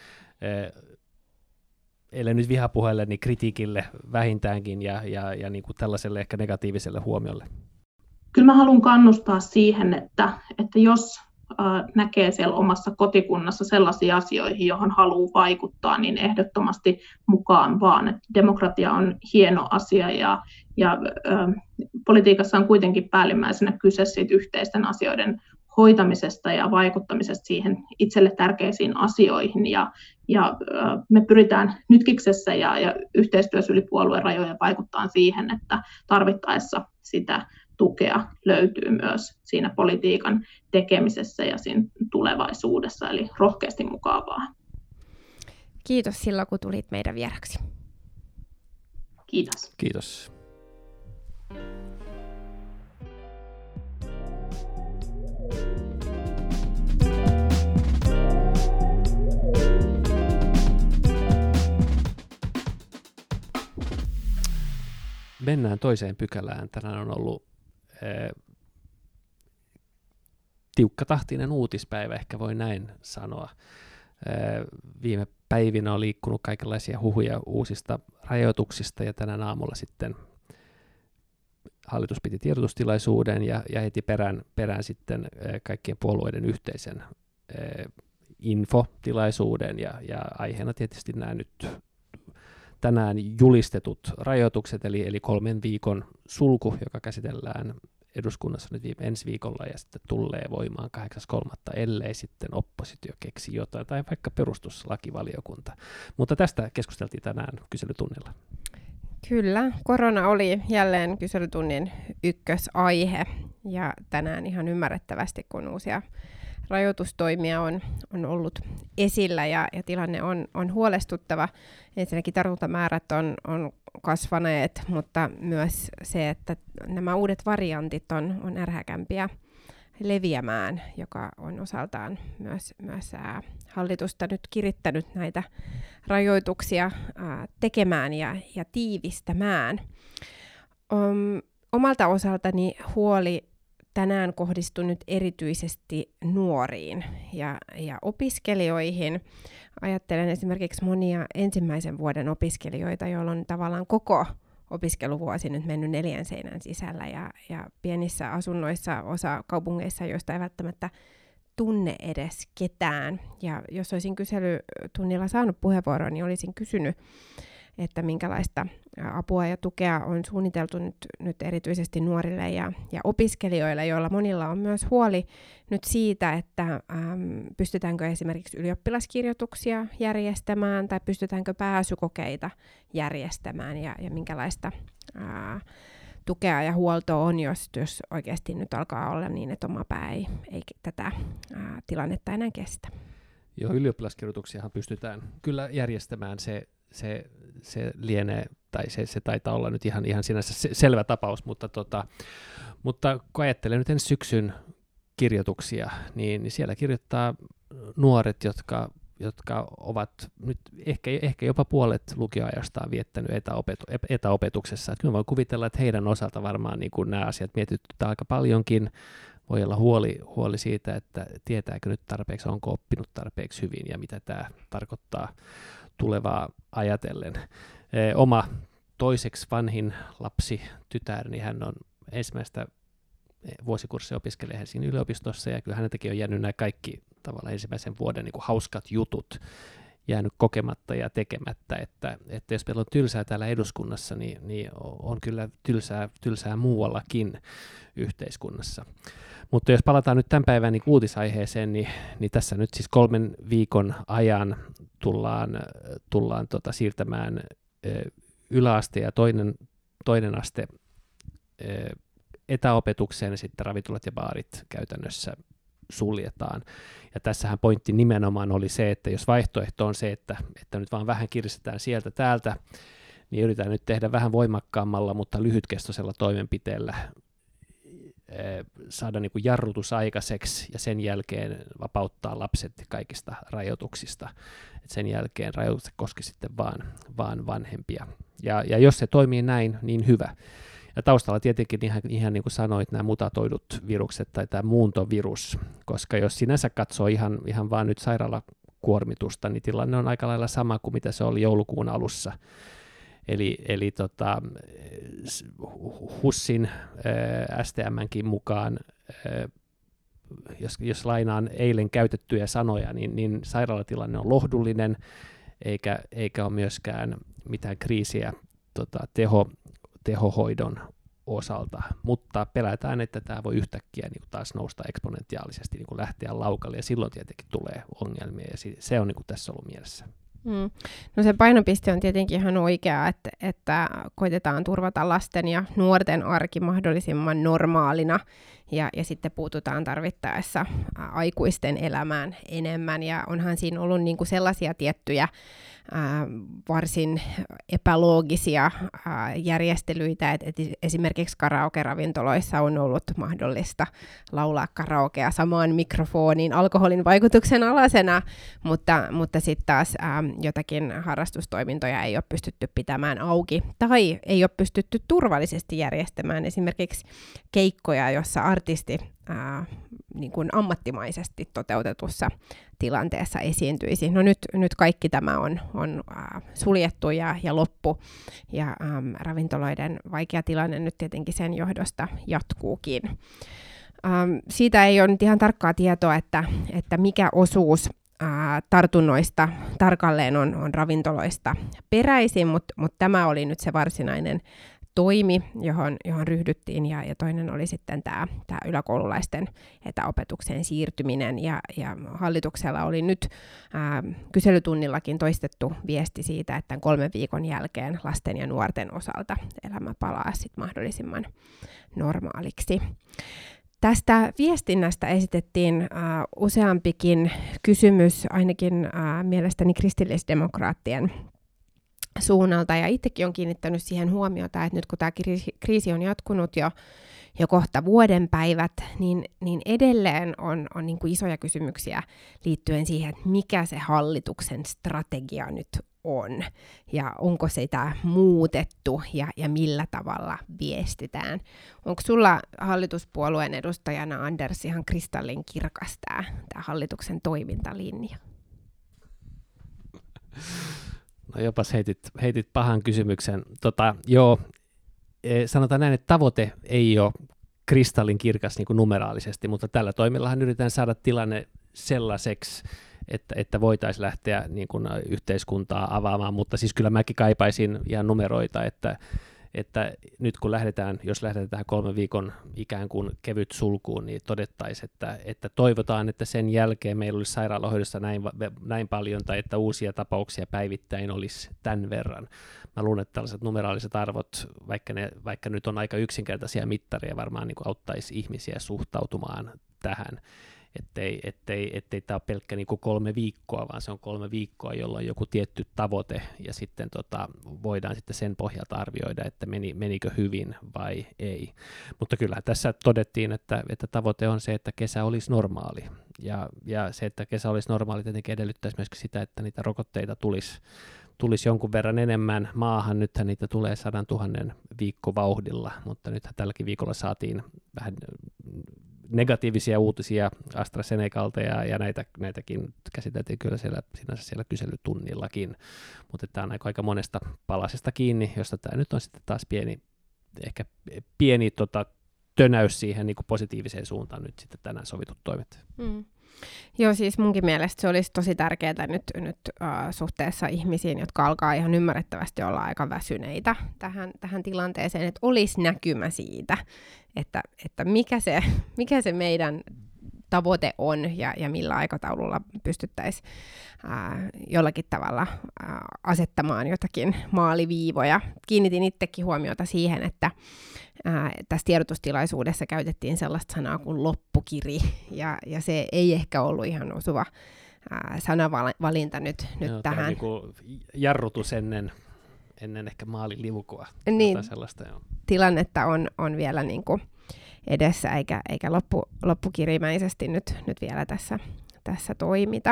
ellei nyt vihapuheelle, niin kritiikille vähintäänkin ja, ja, ja niin kuin tällaiselle ehkä negatiiviselle huomiolle? Kyllä mä haluan kannustaa siihen, että, että jos näkee siellä omassa kotikunnassa sellaisia asioihin, johon haluaa vaikuttaa, niin ehdottomasti mukaan vaan. Että demokratia on hieno asia ja, ja ö, politiikassa on kuitenkin päällimmäisenä kyse siitä yhteisten asioiden hoitamisesta ja vaikuttamisesta siihen itselle tärkeisiin asioihin. Ja, ja ö, me pyritään Nytkiksessä ja, ja yhteistyössä yli puoluerajojen vaikuttaa siihen, että tarvittaessa sitä tukea löytyy myös siinä politiikan tekemisessä ja siinä tulevaisuudessa, eli rohkeasti mukavaa. Kiitos Silla, kun tulit meidän vieraksi. Kiitos. Kiitos. Mennään toiseen pykälään. Tänään on ollut tiukkatahtinen uutispäivä, ehkä voi näin sanoa. Viime päivinä on liikkunut kaikenlaisia huhuja uusista rajoituksista, ja tänään aamulla sitten hallitus piti tiedotustilaisuuden ja, ja heti perään, perään sitten kaikkien puolueiden yhteisen infotilaisuuden, ja, ja aiheena tietysti nämä nyt tänään julistetut rajoitukset, eli, eli kolmen viikon sulku, joka käsitellään eduskunnassa nyt viime ensi viikolla ja sitten tulee voimaan kahdeksas kolmatta, ellei sitten oppositio keksi jotain, tai vaikka perustuslakivaliokunta. Mutta tästä keskusteltiin tänään kyselytunnilla. Kyllä, korona oli jälleen kyselytunnin ykkösaihe, ja tänään ihan ymmärrettävästi, kun uusia rajoitustoimia on, on ollut esillä ja, ja tilanne on, on huolestuttava. Ensinnäkin tartuntamäärät on, on kasvaneet, mutta myös se, että nämä uudet variantit on, on ärhäkämpiä leviämään, joka on osaltaan myös, myös ää, hallitusta nyt kirittänyt näitä rajoituksia ää, tekemään ja, ja tiivistämään. Um, omalta osaltani huoli tänään kohdistui nyt erityisesti nuoriin ja, ja opiskelijoihin. Ajattelen esimerkiksi monia ensimmäisen vuoden opiskelijoita, joilla on tavallaan koko opiskeluvuosi nyt mennyt neljän seinän sisällä ja, ja pienissä asunnoissa, osa kaupungeissa, joista ei välttämättä tunne edes ketään. Ja jos olisin kyselytunnilla saanut puheenvuoron, niin olisin kysynyt, että minkälaista apua ja tukea on suunniteltu nyt, nyt erityisesti nuorille ja, ja opiskelijoille, joilla monilla on myös huoli nyt siitä, että äm, pystytäänkö esimerkiksi ylioppilaskirjoituksia järjestämään tai pystytäänkö pääsykokeita järjestämään ja, ja minkälaista ää, tukea ja huoltoa on, jos, jos oikeasti nyt alkaa olla niin, että oma pää ei, ei tätä ää, tilannetta enää kestä. Joo, ylioppilaskirjoituksiahan pystytään kyllä järjestämään. Se Se, se lienee, tai se, se taitaa olla nyt ihan, ihan sinänsä se, selvä tapaus, mutta, tota, mutta kun ajattelen nyt ensi syksyn kirjoituksia, niin, niin siellä kirjoittaa nuoret, jotka, jotka ovat nyt ehkä, ehkä jopa puolet lukioajastaan viettänyt etäopetu, etäopetuksessa. Että kyllä voin kuvitella, että heidän osalta varmaan niin kuin nämä asiat mietityttää aika paljonkin. Voi olla huoli, huoli siitä, että tietääkö nyt tarpeeksi, onko oppinut tarpeeksi hyvin ja mitä tämä tarkoittaa tulevaa ajatellen. E, oma toiseksi vanhin lapsi, tytär, niin hän on ensimmäistä vuosikurssia opiskelee Helsingin yliopistossa, ja kyllä häneltäkin on jäänyt nämä kaikki tavallaan ensimmäisen vuoden niin kuin hauskat jutut jäänyt kokematta ja tekemättä, että, että jos meillä on tylsää täällä eduskunnassa, niin, niin on kyllä tylsää, tylsää muuallakin yhteiskunnassa. Mutta jos palataan nyt tämän päivän niin uutisaiheeseen, niin, niin tässä nyt siis kolmen viikon ajan tullaan, tullaan tota siirtämään ö, yläaste ja toinen, toinen aste ö, etäopetukseen, ja sitten ravintolat ja baarit käytännössä suljetaan. Ja tässähän pointti nimenomaan oli se, että jos vaihtoehto on se, että, että nyt vaan vähän kiristetään sieltä täältä, niin yritetään nyt tehdä vähän voimakkaammalla, mutta lyhytkestoisella toimenpiteellä saada niin kuin jarrutus aikaiseksi ja sen jälkeen vapauttaa lapset kaikista rajoituksista. Et sen jälkeen rajoitukset koski sitten vaan, vaan vanhempia. Ja, ja jos se toimii näin, niin hyvä. Ja taustalla tietenkin ihan, ihan niin kuin sanoit, nämä mutatoidut virukset tai tämä muuntovirus, koska jos sinänsä katsoo ihan, ihan vaan nyt sairaalakuormitusta, niin tilanne on aika lailla sama kuin mitä se oli joulukuun alussa. Eli, eli tota, HUSin, äh, S T M:nkin mukaan, äh, jos, jos lainaan eilen käytettyjä sanoja, niin, niin sairaalatilanne on lohdullinen, eikä, eikä ole myöskään mitään kriisiä tota, teho, tehohoidon osalta, mutta pelätään, että tämä voi yhtäkkiä niin kuin taas nousta eksponentiaalisesti, niin kuin lähteä laukalle, ja silloin tietenkin tulee ongelmia, ja se on niin kuin tässä ollut mielessä. Mm. No se painopiste on tietenkin ihan oikea, että, että koitetaan turvata lasten ja nuorten arki mahdollisimman normaalina ja, ja sitten puututaan tarvittaessa aikuisten elämään enemmän. Ja onhan siinä ollut niin kuin sellaisia tiettyjä ää, varsin epäloogisia ää, järjestelyitä, että et esimerkiksi karaoke-ravintoloissa on ollut mahdollista laulaa karaokea samaan mikrofoniin alkoholin vaikutuksen alasena, mutta, mutta sitten taas ää, jotakin harrastustoimintoja ei ole pystytty pitämään auki tai ei ole pystytty turvallisesti järjestämään esimerkiksi keikkoja, jossa artisti ää, niin kuin ammattimaisesti toteutetussa tilanteessa esiintyisi. No nyt, nyt kaikki tämä on, on äh, suljettu ja, ja loppu, ja ähm, ravintoloiden vaikea tilanne nyt tietenkin sen johdosta jatkuukin. Ähm, siitä ei ole nyt ihan tarkkaa tietoa, että, että mikä osuus ää, tartunnoista tarkalleen on, on ravintoloista peräisin, mutta mut tämä oli nyt se varsinainen toimi, johon, johon ryhdyttiin, ja, ja toinen oli sitten tämä yläkoululaisten etäopetukseen siirtyminen, ja, ja hallituksella oli nyt ää, kyselytunnillakin toistettu viesti siitä, että tämän kolmen viikon jälkeen lasten ja nuorten osalta elämä palaa sit mahdollisimman normaaliksi. Tästä viestinnästä esitettiin äh, useampikin kysymys, ainakin äh, mielestäni kristillisdemokraattien suunnalta, ja itsekin olen kiinnittänyt siihen huomiota, että nyt kun tämä kriisi on jatkunut jo, jo kohta vuoden päivät, niin, niin edelleen on, on niin kuin isoja kysymyksiä liittyen siihen, että mikä se hallituksen strategia nyt on, ja onko sitä muutettu, ja, ja millä tavalla viestitään. Onko sulla hallituspuolueen edustajana, Anders, ihan kristallin kirkas tämä hallituksen toimintalinja? No jopas heitit, heitit pahan kysymyksen. Tota, joo, sanotaan näin, että tavoite ei ole kristallin kirkas niin kuin numeraalisesti, mutta tällä toimillahan yritetään saada tilanne sellaiseksi, että, että voitaisiin lähteä niin kuin yhteiskuntaa avaamaan, mutta siis kyllä mäkin kaipaisin ihan numeroita, että, että nyt kun lähdetään, jos lähdetään tähän kolmen viikon ikään kuin kevyt sulkuun, niin todettaisiin, että, että toivotaan, että sen jälkeen meillä olisi sairaalahoidossa näin, näin paljon, tai että uusia tapauksia päivittäin olisi tämän verran. Mä luulen, että tällaiset numeraaliset arvot, vaikka, ne, vaikka nyt on aika yksinkertaisia mittareja, varmaan niin kuin auttaisi ihmisiä suhtautumaan tähän. Ettei, ettei, ettei tämä ole pelkkä niin kuin kolme viikkoa, vaan se on kolme viikkoa, jolloin joku tietty tavoite, ja sitten tota, voidaan sitten sen pohjalta arvioida, että meni, menikö hyvin vai ei. Mutta kyllähän tässä todettiin, että, että tavoite on se, että kesä olisi normaali, ja, ja se, että kesä olisi normaali, tietenkin edellyttäisi myöskin sitä, että niitä rokotteita tulisi, tulisi jonkun verran enemmän maahan. Nythän niitä tulee sadan tuhannen viikkovauhdilla, mutta nythän tälläkin viikolla saatiin vähän negatiivisia uutisia AstraZenecalta, ja, ja näitä, näitäkin käsiteltiin kyllä siellä, sinänsä siellä kyselytunnillakin, mutta tämä on aika monesta palasesta kiinni, josta tämä nyt on sitten taas pieni, ehkä pieni tota, tönäys siihen niin kuin positiiviseen suuntaan nyt sitten tänään sovitut toimet. Mm. Joo, siis munkin mielestä se olisi tosi tärkeää nyt, nyt uh, suhteessa ihmisiin, jotka alkaa ihan ymmärrettävästi olla aika väsyneitä tähän, tähän tilanteeseen, että olisi näkymä siitä, että, että mikä, se, mikä se meidän tavoite on, ja, ja millä aikataululla pystyttäisiin ää, jollakin tavalla ää, asettamaan jotakin maaliviivoja. Kiinnitin itsekin huomiota siihen, että ää, tässä tiedotustilaisuudessa käytettiin sellaista sanaa kuin loppukiri, ja, ja se ei ehkä ollut ihan osuva ää, sanavalinta nyt, nyt Joo, tähän. Niin kuin jarrutus ennen, ennen ehkä maaliliukua. Niin, sellaista, jo. Tilannetta on, on vielä niin kuin edessä, eikä, eikä loppu, loppukirimäisesti nyt, nyt vielä tässä, tässä toimita.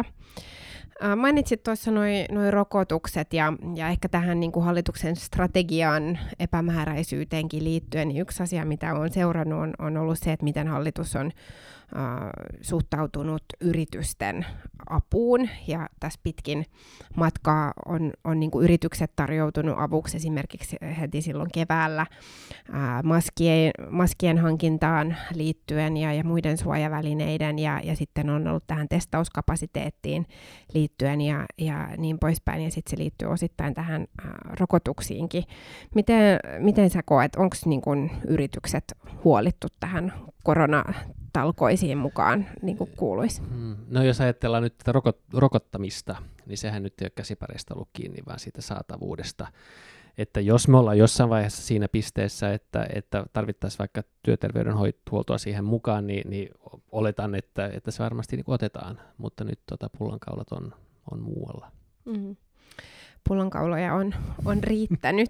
Ää, mainitsit tuossa noin noi rokotukset, ja, ja ehkä tähän niin kuin hallituksen strategian epämääräisyyteenkin liittyen, niin yksi asia, mitä olen seurannut, on, on ollut se, että miten hallitus on ää, suhtautunut yritysten apuun, ja tässä pitkin matkaa on, on niin kuin yritykset tarjoutunut avuksi esimerkiksi heti silloin keväällä ää, maskien, maskien hankintaan liittyen ja, ja muiden suojavälineiden, ja, ja sitten on ollut tähän testauskapasiteettiin liittyen ja, ja niin poispäin, ja sitten se liittyy osittain tähän ää, rokotuksiinkin. Miten, miten sä koet, onko niin kuin yritykset huolittu tähän koronatalkoisiin mukaan, niin kuin kuuluisi? No jos ajatellaan nyt tätä rokot, rokottamista, niin sehän nyt ei ole käsipareista ollut kiinni, vaan siitä saatavuudesta. Että jos me ollaan jossain vaiheessa siinä pisteessä, että, että tarvittaisiin vaikka työterveydenhuoltoa siihen mukaan, niin, niin oletan, että, että se varmasti niin otetaan, mutta nyt tota, pullankaulat on, on muualla. Mm. Pullonkauloja on, on riittänyt.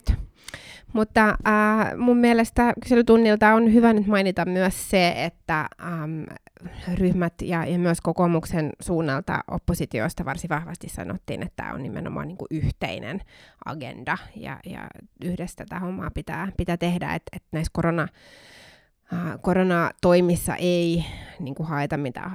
Mutta äh, mun mielestä kyselytunnilta on hyvä nyt mainita myös se, että ähm, ryhmät ja, ja myös kokoomuksen suunnalta oppositiosta varsin vahvasti sanottiin, että tämä on nimenomaan niin kuin yhteinen agenda, ja, ja yhdessä tätä hommaa pitää, pitää tehdä, että et näissä korona koronatoimissa ei niin kuin haeta mitään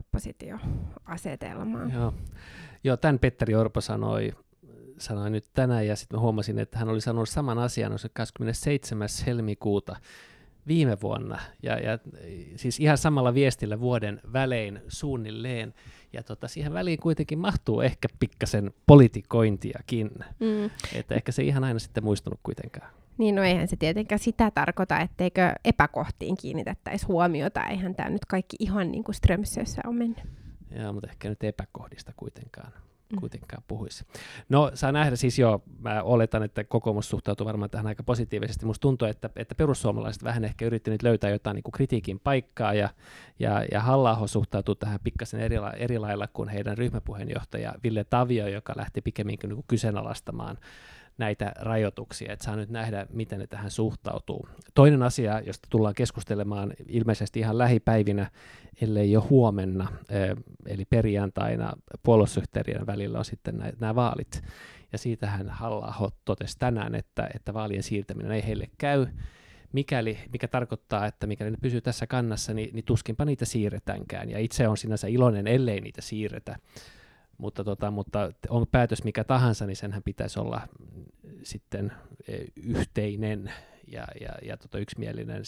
hallitus-oppositio-asetelmaa. Joo. Joo, tämän Petteri Orpo sanoi, sanoi nyt tänään, ja sitten mä huomasin, että hän oli sanonut saman asian kahdeskymmenesseitsemäs helmikuuta viime vuonna, ja, ja siis ihan samalla viestillä vuoden välein suunnilleen, ja tota, siihen väliin kuitenkin mahtuu ehkä pikkasen politikointiakin, mm. että ehkä se ihan aina sitten muistunut kuitenkaan. Niin, no eihän se tietenkään sitä tarkoita, etteikö epäkohtiin kiinnitettäisi huomiota, eihän tämä nyt kaikki ihan niin kuin Strömsössä on mennyt. Joo, mutta ehkä nyt epäkohdista kuitenkaan. kuitenkaan puhuisi. No, saa nähdä siis jo, mä oletan, että kokoomus suhtautuu varmaan tähän aika positiivisesti. Musta tuntuu, että, että perussuomalaiset vähän ehkä yrittäneet löytää jotain niin kuin kritiikin paikkaa, ja, ja, ja Halla-aho suhtautuu tähän pikkasen eri, eri lailla kuin heidän ryhmäpuheenjohtaja Ville Tavio, joka lähti pikemminkin niin kuin kyseenalaistamaan näitä rajoituksia, että saa nyt nähdä, miten ne tähän suhtautuu. Toinen asia, josta tullaan keskustelemaan ilmeisesti ihan lähipäivinä, ellei jo huomenna, eli perjantaina puoluesihteerien välillä on sitten nämä, nämä vaalit. Ja siitähän Halla-aho totesi tänään, että, että vaalien siirtäminen ei heille käy, mikäli, mikä tarkoittaa, että mikäli ne pysyy tässä kannassa, niin, niin tuskinpa niitä siirretäänkään. Ja itse on sinänsä iloinen, ellei niitä siirretä. Mutta, tota, mutta on päätös mikä tahansa, niin senhän pitäisi olla sitten yhteinen ja, ja, ja tota yksimielinen,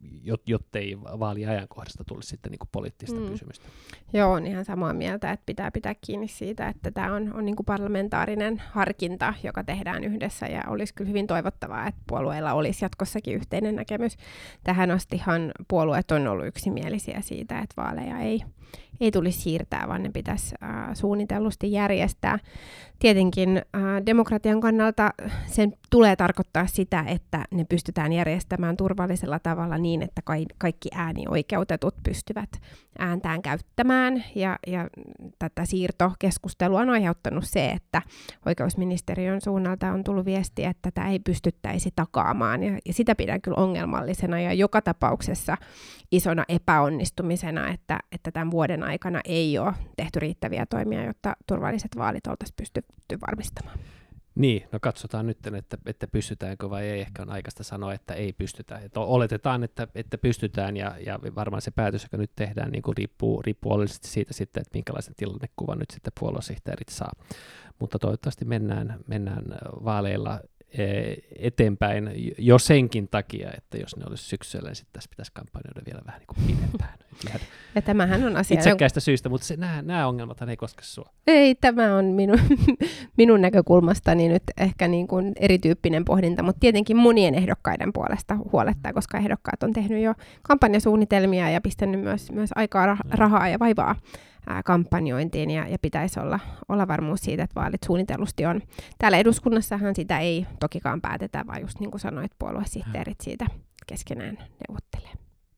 jottei vaaliajankohdasta tulisi sitten niin kuin poliittista mm. kysymystä. Joo, on ihan samaa mieltä, että pitää pitää kiinni siitä, että tämä on, on niin kuin parlamentaarinen harkinta, joka tehdään yhdessä, ja olisi kyllä hyvin toivottavaa, että puolueilla olisi jatkossakin yhteinen näkemys. Tähän astihan puolueet on ollut yksimielisiä siitä, että vaaleja ei, ei tulisi siirtää, vaan ne pitäisi äh, suunnitellusti järjestää. Tietenkin äh, demokratian kannalta sen tulee tarkoittaa sitä, että ne pystytään järjestämään turvallisella tavalla niin, että ka- kaikki äänioikeutetut pystyvät ääntään käyttämään. Ja, ja tätä siirtokeskustelua on aiheuttanut se, että oikeusministeriön suunnalta on tullut viesti, että tätä ei pystyttäisi takaamaan. Ja, ja sitä pidän kyllä ongelmallisena ja joka tapauksessa isona epäonnistumisena, että, että tämän vuoden aikana ei ole tehty riittäviä toimia, jotta turvalliset vaalit oltaisiin pystytty varmistamaan. Niin, no katsotaan nyt, että, että pystytäänkö vai ei. Ehkä on aikaista sanoa, että ei pystytä. Että oletetaan, että, että pystytään, ja, ja varmaan se päätös, joka nyt tehdään, niin kuin riippuu, riippuu oleellisesti siitä sitten, että minkälaisen tilannekuvan nyt sitten puoluesihteerit saa. Mutta toivottavasti mennään, mennään vaaleilla eteenpäin jo senkin takia, että jos ne olisi syksyllä, niin sitten tässä pitäisi kampanjoida vielä vähän niin kuin pidempään. Ja tämähän on asia. Itsekkäistä syistä, mutta se, nämä, nämä ongelmathan ei koske sinua. Ei, tämä on minun, minun näkökulmastani nyt ehkä niin kuin erityyppinen pohdinta, mutta tietenkin monien ehdokkaiden puolesta huolettaa, koska ehdokkaat on tehnyt jo kampanjasuunnitelmia ja pistänyt myös, myös aikaa, rahaa ja vaivaa ää, kampanjointiin, ja, ja pitäisi olla, olla varmuus siitä, että vaalit suunnitellusti on. Täällä eduskunnassahan sitä ei tokikaan päätetä, vaan just niin kuin sanoit, puoluesihteerit siitä keskenään neuvottelee.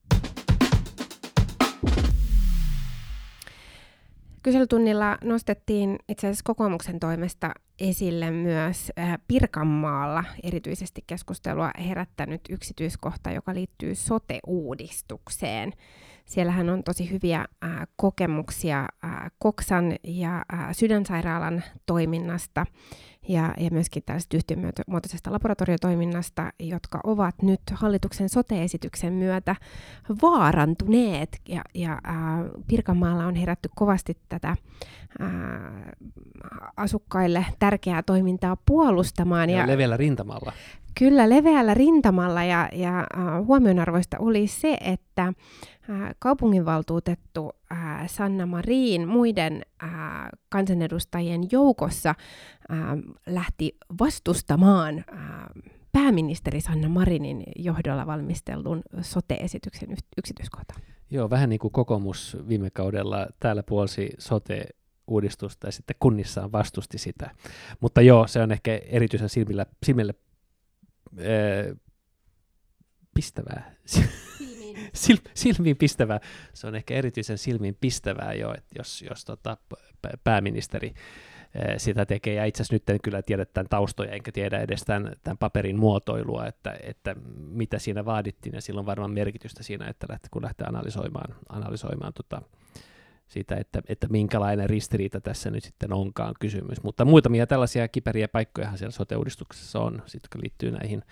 Kyselytunnilla nostettiin itse asiassa kokoomuksen toimesta esille myös äh, Pirkanmaalla erityisesti keskustelua herättänyt yksityiskohta, joka liittyy sote-uudistukseen. Siellähän on tosi hyviä äh, kokemuksia äh, Coxan ja äh, Sydänsairaalan toiminnasta ja, ja myöskin tällaisesta yhtiömuotoisesta laboratoriotoiminnasta, jotka ovat nyt hallituksen sote-esityksen myötä vaarantuneet. Ja, ja äh, Pirkanmaalla on herätty kovasti tätä äh, asukkaille tärkeää toimintaa puolustamaan. Ja, ja leveällä rintamalla. Kyllä, leveällä rintamalla, ja, ja äh, huomionarvoista oli se, että äh, kaupunginvaltuutettu äh, Sanna Marin muiden äh, kansanedustajien joukossa äh, lähti vastustamaan äh, pääministeri Sanna Marinin johdolla valmistellun sote-esityksen yksityiskohtaa. Joo, vähän niin kuin kokoomus viime kaudella täällä puolsi sote-uudistusta ja sitten kunnissaan vastusti sitä. Mutta joo, se on ehkä erityisen silmillä, silmille Öö, pistävää. Sil, silmiin pistävää. Se on ehkä erityisen silmiin pistävää jo, että jos, jos tota, pääministeri ää, sitä tekee. Ja itse asiassa nyt en kyllä tiedä tämän taustoja, enkä tiedä edes tämän, tämän paperin muotoilua, että, että mitä siinä vaadittiin. Ja sillä on varmaan merkitystä siinä, että lähti, kun lähtee analysoimaan, analysoimaan tota, siitä, että, että minkälainen ristiriita tässä nyt sitten onkaan kysymys. Mutta muutamia tällaisia kiperiä paikkojahan siellä sote-uudistuksessa on, sit, jotka liittyy näihin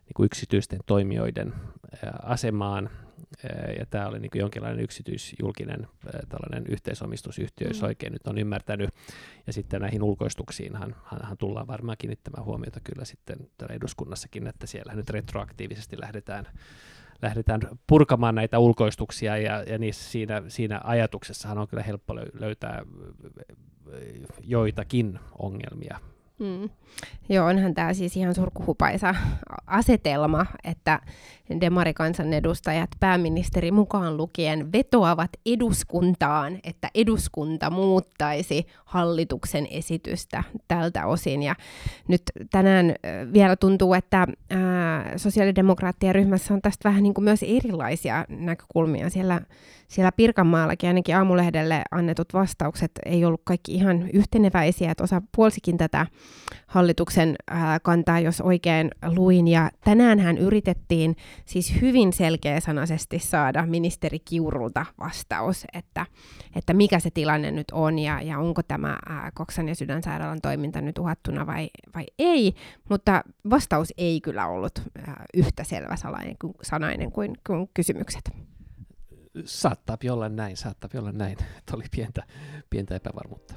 niin kuin yksityisten toimijoiden ää, asemaan. Ää, ja tämä oli niin kuin jonkinlainen yksityisjulkinen ää, tällainen yhteisomistusyhtiö, jos Mm. oikein nyt on ymmärtänyt. Ja sitten näihin ulkoistuksiinhan hän, hän tullaan varmaan kiinnittämään huomiota kyllä sitten täällä eduskunnassakin, että siellä nyt retroaktiivisesti lähdetään lähdetään purkamaan näitä ulkoistuksia, ja, ja niissä, siinä, siinä ajatuksessahan on kyllä helppo löytää joitakin ongelmia. Mm. Joo, onhan tämä siis ihan surkuhupaisa asetelma, että demarikansanedustajat pääministeri mukaan lukien vetoavat eduskuntaan, että eduskunta muuttaisi hallituksen esitystä tältä osin. Ja nyt tänään vielä tuntuu, että ää, sosiaalidemokraattien ryhmässä on tästä vähän niin kuin myös erilaisia näkökulmia. Siellä, siellä Pirkanmaallakin ainakin Aamulehdelle annetut vastaukset ei ollut kaikki ihan yhteneväisiä, että osa puolsikin tätä hallituksen ää, kantaa, jos oikein luin. Ja tänäänhän yritettiin siis hyvin selkeäsanaisesti saada ministeri Kiurulta vastaus, että, että mikä se tilanne nyt on ja, ja onko tämä ää, Coxan ja Sydänsairaalan toiminta nyt uhattuna vai, vai ei. Mutta vastaus ei kyllä ollut ää, yhtä selväsanainen kuin, sanainen kuin, kuin kysymykset. Saattaa olla näin, saattaa olla näin, että oli pientä, pientä epävarmuutta.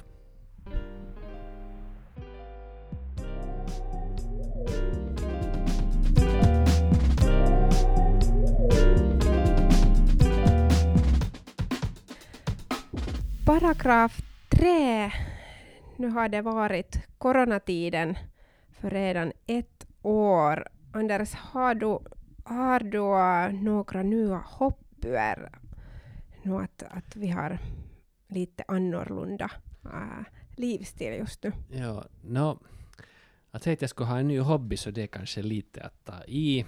Paragraf tre. Nu har det varit coronatiden för redan ett år. Anders, har du, har du några nya hoppyer? Nu att, att vi har lite annorlunda äh, livsstil just nu. Ja, no, att säga att jag ska ha en ny hobby, så det är kanske lite att ta i.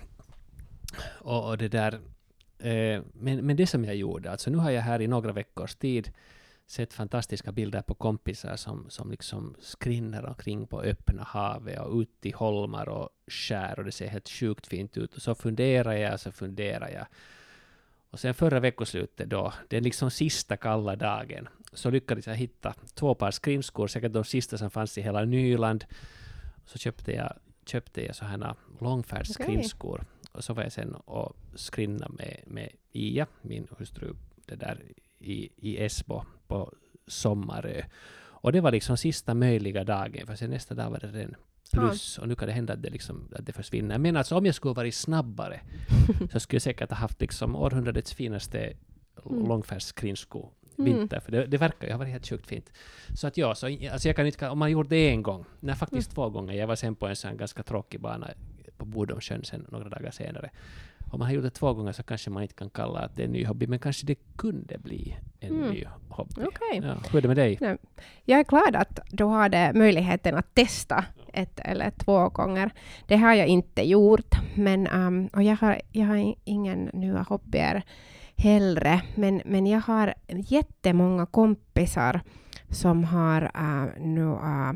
Och, och det där, eh, men, men det som jag gjorde, alltså nu har jag här i några veckors tid sett fantastiska bilder på kompisar som, som liksom skrinner omkring på öppna havet och ut i holmar och skär, och det ser helt sjukt fint ut. Och så funderar jag, så funderar jag. Och sen förra veckoslutet då, den liksom sista kalla dagen, så lyckades jag hitta två par skrinskor, säkert de sista som fanns i hela Nyland. Så köpte jag, köpte jag sådana långfärdsskrinskor. Okay. Och så var jag sen och skrinna med, med Ia, min hustru, det där i, i Esbo på Sommarö. Och det var liksom sista möjliga dagen, för sen nästa dag var det redan plus. Ja. Och nu kan det hända att det, liksom, att det försvinner. Men alltså, om jag skulle varit snabbare så skulle jag säkert ha haft liksom århundradets finaste mm. långfärdsskrinsko vinter. Mm. För det, det verkar ju ha varit helt sjukt fint. Så att ja, så, alltså jag kan inte, om man gjorde det en gång, nej faktiskt mm. två gånger. Jag var sen på en sån ganska tråkig bana på Bodomsjön sen några dagar senare. Om man har gjort det två gånger så kanske man inte kan kalla att det är en ny hobby, men kanske det kunde bli en mm. ny hobby. Okay. Ja, hur är det med dig? Nej. Jag är glad att du hade möjligheten att testa ett eller två gånger. Det har jag inte gjort, men um, och jag har, jag har ingen nya hobbyer hellre, men, men jag har jättemånga kompisar som har uh, nu uh,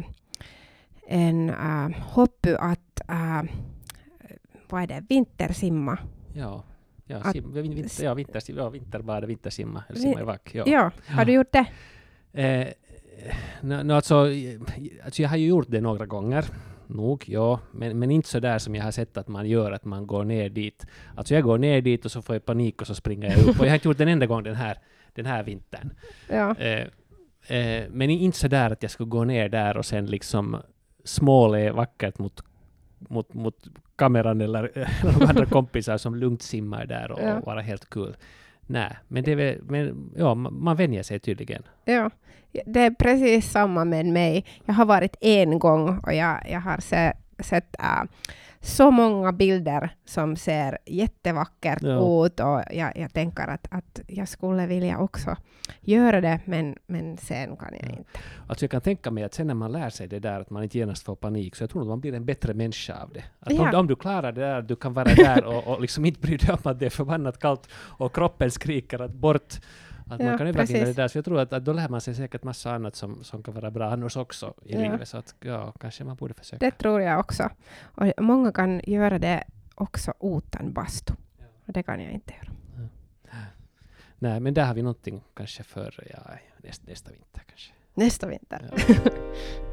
en uh, hobby att uh, vad är det? Vintersimma. Ja, ja, att, sim, vinter, ja, vinter, ja vinterbada, vintersimma eller simma i vack. Ja. Ja, har du gjort det? Eh, no, no, alltså, alltså jag har ju gjort det några gånger. Nog, ja, men, men inte så där som jag har sett att man gör, att man går ner dit. Alltså jag går ner dit och så får jag panik och så springer jag upp. Och jag har inte gjort den enda gång den här, den här vintern. Ja. Eh, eh, men inte så där att jag ska gå ner där och sen liksom småle vackert mot, mot, mot kameran eller några andra kompisar som lugnt simmar där och, ja. och vara helt kul. Nej, men det är väl, men, ja, man vänjer sig tydligen. Ja, det är precis samma med mig. Jag har varit en gång och jag, jag har se, sett äh, så många bilder som ser jättevackert ja. ut, och jag, jag tänker att, att jag skulle vilja också göra det, men, men sen kan jag ja. inte. Alltså jag kan tänka mig att sen när man lär sig det där att man inte genast får panik, så jag tror att man blir en bättre människa av det. Att ja. om, om du klarar det där, du kan vara där och, och liksom inte bry dig om att det är förbannat kallt och kroppen skriker att bort. Att ja, man kan övervinna det där, så jag tror att, att då lär man sig säkert massa annat som, som kan vara bra annars också i ja. livet, så att ja, kanske man borde försöka. Det tror jag också. Och många kan göra det också utan bastu. Ja. Och det kan jag inte göra. Ja. Nej, men där har vi någonting kanske för ja, nästa, nästa vinter kanske. Nästa vinter. Ja.